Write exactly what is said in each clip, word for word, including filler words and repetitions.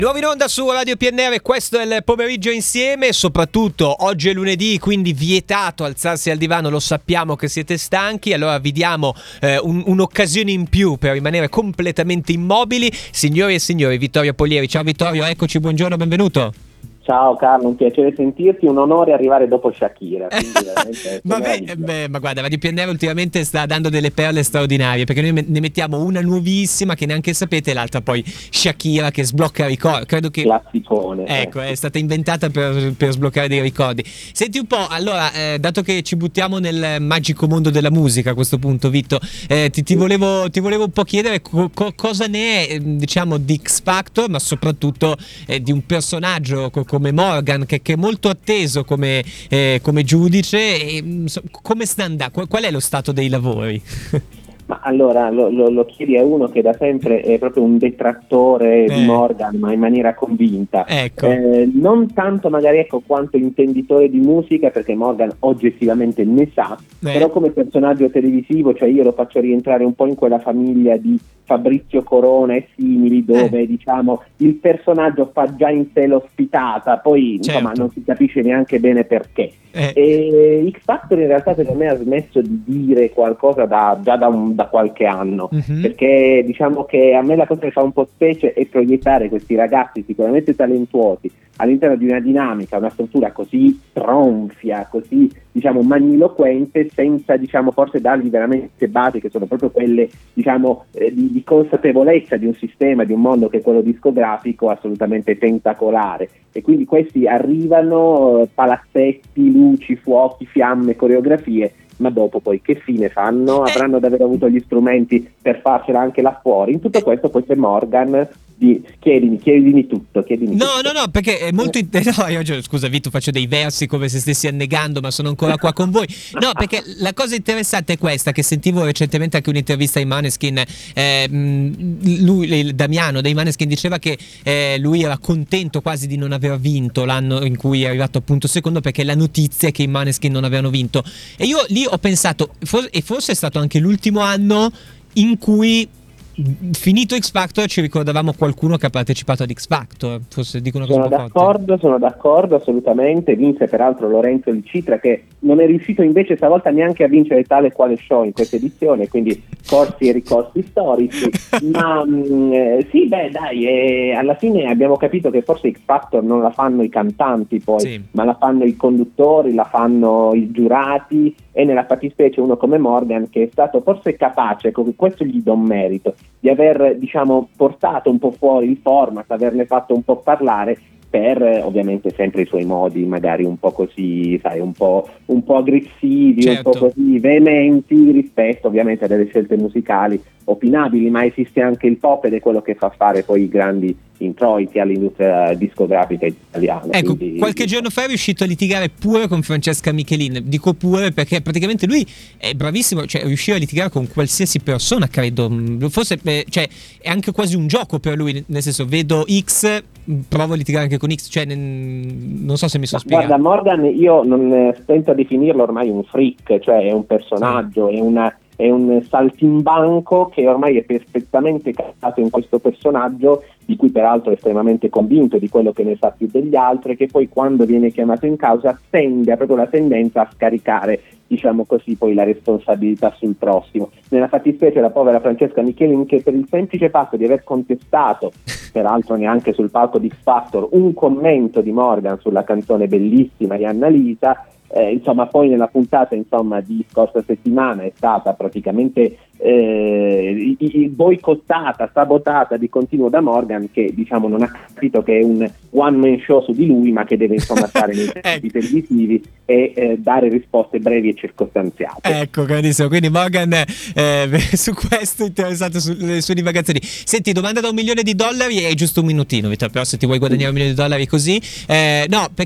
Nuovo in onda su Radio P N R, questo è il pomeriggio insieme, soprattutto oggi è lunedì, quindi vietato alzarsi al divano, lo sappiamo che siete stanchi, allora vi diamo eh, un, un'occasione in più per rimanere completamente immobili. Signori e signori, Vittorio Polieri. Ciao Vittorio, eccoci, buongiorno, benvenuto. Ciao Carlo, un piacere sentirti, un onore arrivare dopo Shakira. ma, beh, beh, ma guarda, Radio P N R ultimamente sta dando delle perle straordinarie, perché noi ne mettiamo una nuovissima che neanche sapete, e l'altra poi Shakira che sblocca ricordi. Credo che classicone. Ecco, è stata inventata per, per sbloccare dei ricordi. Senti un po', allora, eh, dato che ci buttiamo nel magico mondo della musica a questo punto, Vitto, eh, ti, ti, volevo, ti volevo un po' chiedere co- co- cosa ne è, diciamo, di X Factor, ma soprattutto eh, di un personaggio co- come Morgan, che, che è molto atteso come, eh, come giudice, e, so, come sta andando? Qual è lo stato dei lavori? Ma allora lo, lo, lo chiedi a uno che da sempre è proprio un detrattore eh. di Morgan, ma in maniera convinta. Ecco. Eh, non tanto magari ecco quanto intenditore di musica, perché Morgan oggettivamente ne sa, eh. però come personaggio televisivo, cioè io lo faccio rientrare un po' in quella famiglia di Fabrizio Corona e simili, dove eh. diciamo il personaggio fa già in sé l'ospitata, poi certo. insomma non si capisce neanche bene perché. Eh. E X Factor in realtà secondo me ha smesso di dire qualcosa da, già da, un, da qualche anno, mm-hmm. perché diciamo che a me la cosa che fa un po' specie è proiettare questi ragazzi sicuramente talentuosi all'interno di una dinamica, una struttura così tronfia, così diciamo magniloquente, senza diciamo forse dargli veramente basi che sono proprio quelle diciamo eh, di, di consapevolezza di un sistema, di un mondo che è quello discografico assolutamente tentacolare, e quindi questi arrivano, palazzetti, luci, fuochi, fiamme, coreografie, ma dopo poi che fine fanno? Avranno davvero avuto gli strumenti per farcela anche là fuori? In tutto questo poi c'è Morgan. Di, chiedimi, chiedimi tutto, chiedimi no, tutto. no, no, perché è molto in- no, io, scusa Vito, faccio dei versi come se stessi annegando, ma sono ancora qua con voi. No, perché la cosa interessante è questa, che sentivo recentemente anche un'intervista ai Maneskin, eh, lui, Damiano dei Maneskin, diceva che eh, lui era contento quasi di non aver vinto l'anno in cui è arrivato appunto secondo, perché la notizia è che i Maneskin non avevano vinto, e io lì ho pensato, for- e forse è stato anche l'ultimo anno in cui, finito X Factor, ci ricordavamo qualcuno che ha partecipato ad X Factor. Forse dico una cosa sono un po' d'accordo, forte. sono d'accordo assolutamente. Vinse peraltro Lorenzo Licitra, che non è riuscito invece stavolta neanche a vincere tale e quale show in questa edizione, quindi corsi e ricorsi storici. Ma mh, eh, sì, beh dai, eh, alla fine abbiamo capito che forse X Factor non la fanno i cantanti poi, sì. ma la fanno i conduttori, la fanno i giurati, e nella fattispecie uno come Morgan, che è stato forse capace, questo gli do merito, di aver diciamo portato un po' fuori il format, averne fatto un po' parlare, per eh, ovviamente sempre i suoi modi magari un po' così, sai, un po', un po' aggressivi, certo. un po' così veementi rispetto ovviamente a delle scelte musicali opinabili, ma esiste anche il pop ed è quello che fa fare poi i grandi introiti all'industria discografica italiana. Ecco, quindi, qualche giorno fa è riuscito a litigare pure con Francesca Michelin. Dico pure perché praticamente lui è bravissimo, cioè riuscire a litigare con qualsiasi persona, credo. Forse cioè, è anche quasi un gioco per lui, nel senso, vedo X, provo a litigare anche con X, cioè non so se mi sono spiegato. Guarda, Morgan io non stento a definirlo ormai un freak, cioè è un personaggio, sì. è una è un saltimbanco che ormai è perfettamente casato in questo personaggio, di cui peraltro è estremamente convinto di quello che ne sa più degli altri, che poi quando viene chiamato in causa tende, ha proprio la tendenza a scaricare, diciamo così, poi la responsabilità sul prossimo. Nella fattispecie la povera Francesca Michelin, che per il semplice fatto di aver contestato, peraltro neanche sul palco di X Factor, un commento di Morgan sulla canzone bellissima di Annalisa, Eh, insomma poi nella puntata insomma di scorsa settimana è stata praticamente eh, boicottata, sabotata di continuo da Morgan, che diciamo non ha capito che è un one man show su di lui, ma che deve insomma stare nei tempi televisivi e eh, dare risposte brevi e circostanziate. Ecco, grandissimo. Quindi Morgan eh, su questo interessato sulle sue divagazioni. Senti, domanda da un milione di dollari, è giusto un minutino, Vittorio, però se ti vuoi guadagnare un milione di dollari così, eh, no, perché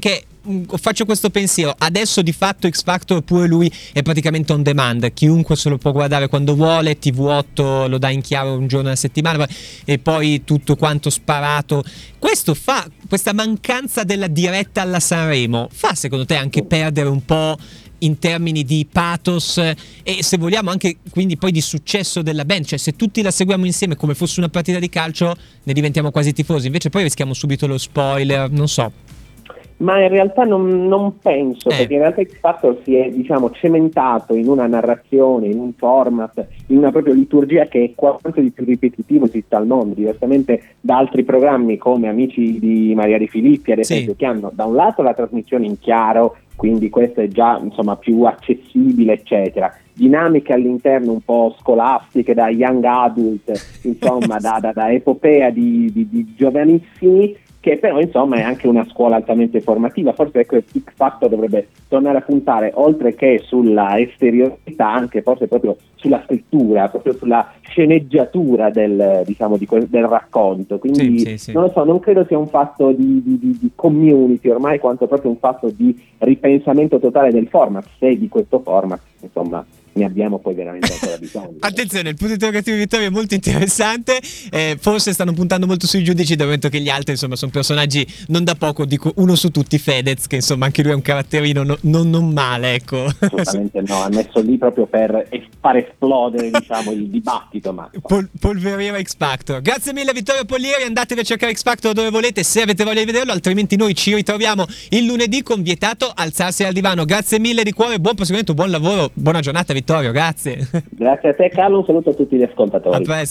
mh, faccio questo pensiero, adesso di fatto X Factor pure lui è praticamente on demand, chiunque se lo può guardare quando vuole, T V otto lo dà in chiaro un giorno alla settimana e poi tutto quanto sparato. Questo fa, questa mancanza della diretta alla Sanremo fa secondo te anche perdere un po' in termini di pathos e se vogliamo anche quindi poi di successo della band, cioè se tutti la seguiamo insieme come fosse una partita di calcio ne diventiamo quasi tifosi, invece poi rischiamo subito lo spoiler, non so. Ma in realtà non, non penso, eh. perché in realtà X Factor si è, diciamo, cementato in una narrazione, in un format, in una propria liturgia che è quanto di più ripetitivo esista al mondo, diversamente da altri programmi come Amici di Maria De Filippi, ad esempio, sì, che hanno da un lato la trasmissione in chiaro, quindi questo è già insomma più accessibile, eccetera. Dinamiche all'interno un po' scolastiche, da young adult, insomma, da, da, da epopea di, di, di giovanissimi, che però insomma è anche una scuola altamente formativa. Forse ecco X Factor dovrebbe tornare a puntare, oltre che sulla esteriorità, anche forse proprio sulla scrittura, proprio sulla sceneggiatura del, diciamo, di quel, del racconto. Quindi sì, sì, sì. non lo so, non credo sia un fatto di, di, di, di community ormai, quanto proprio un fatto di ripensamento totale del format, se di questo format insomma ne abbiamo poi veramente ancora bisogno. Attenzione, il punto interrogativo di Vittorio è molto interessante, eh, forse stanno puntando molto sui giudici, dal momento che gli altri insomma sono personaggi non da poco, dico uno su tutti, Fedez, che insomma anche lui è un caratterino no, non, non male, ecco. Assolutamente no, ha messo lì proprio per es- far esplodere diciamo il dibattito. Ma Pol- polveriera X Factor. Grazie mille Vittorio Poglieri, andatevi a cercare X Factor dove volete se avete voglia di vederlo, altrimenti noi ci ritroviamo il lunedì con Vietato alzarsi dal divano. Grazie mille di cuore, buon proseguimento, buon lavoro, buona giornata Vittorio, grazie. Grazie a te Carlo, un saluto a tutti gli ascoltatori. A presto.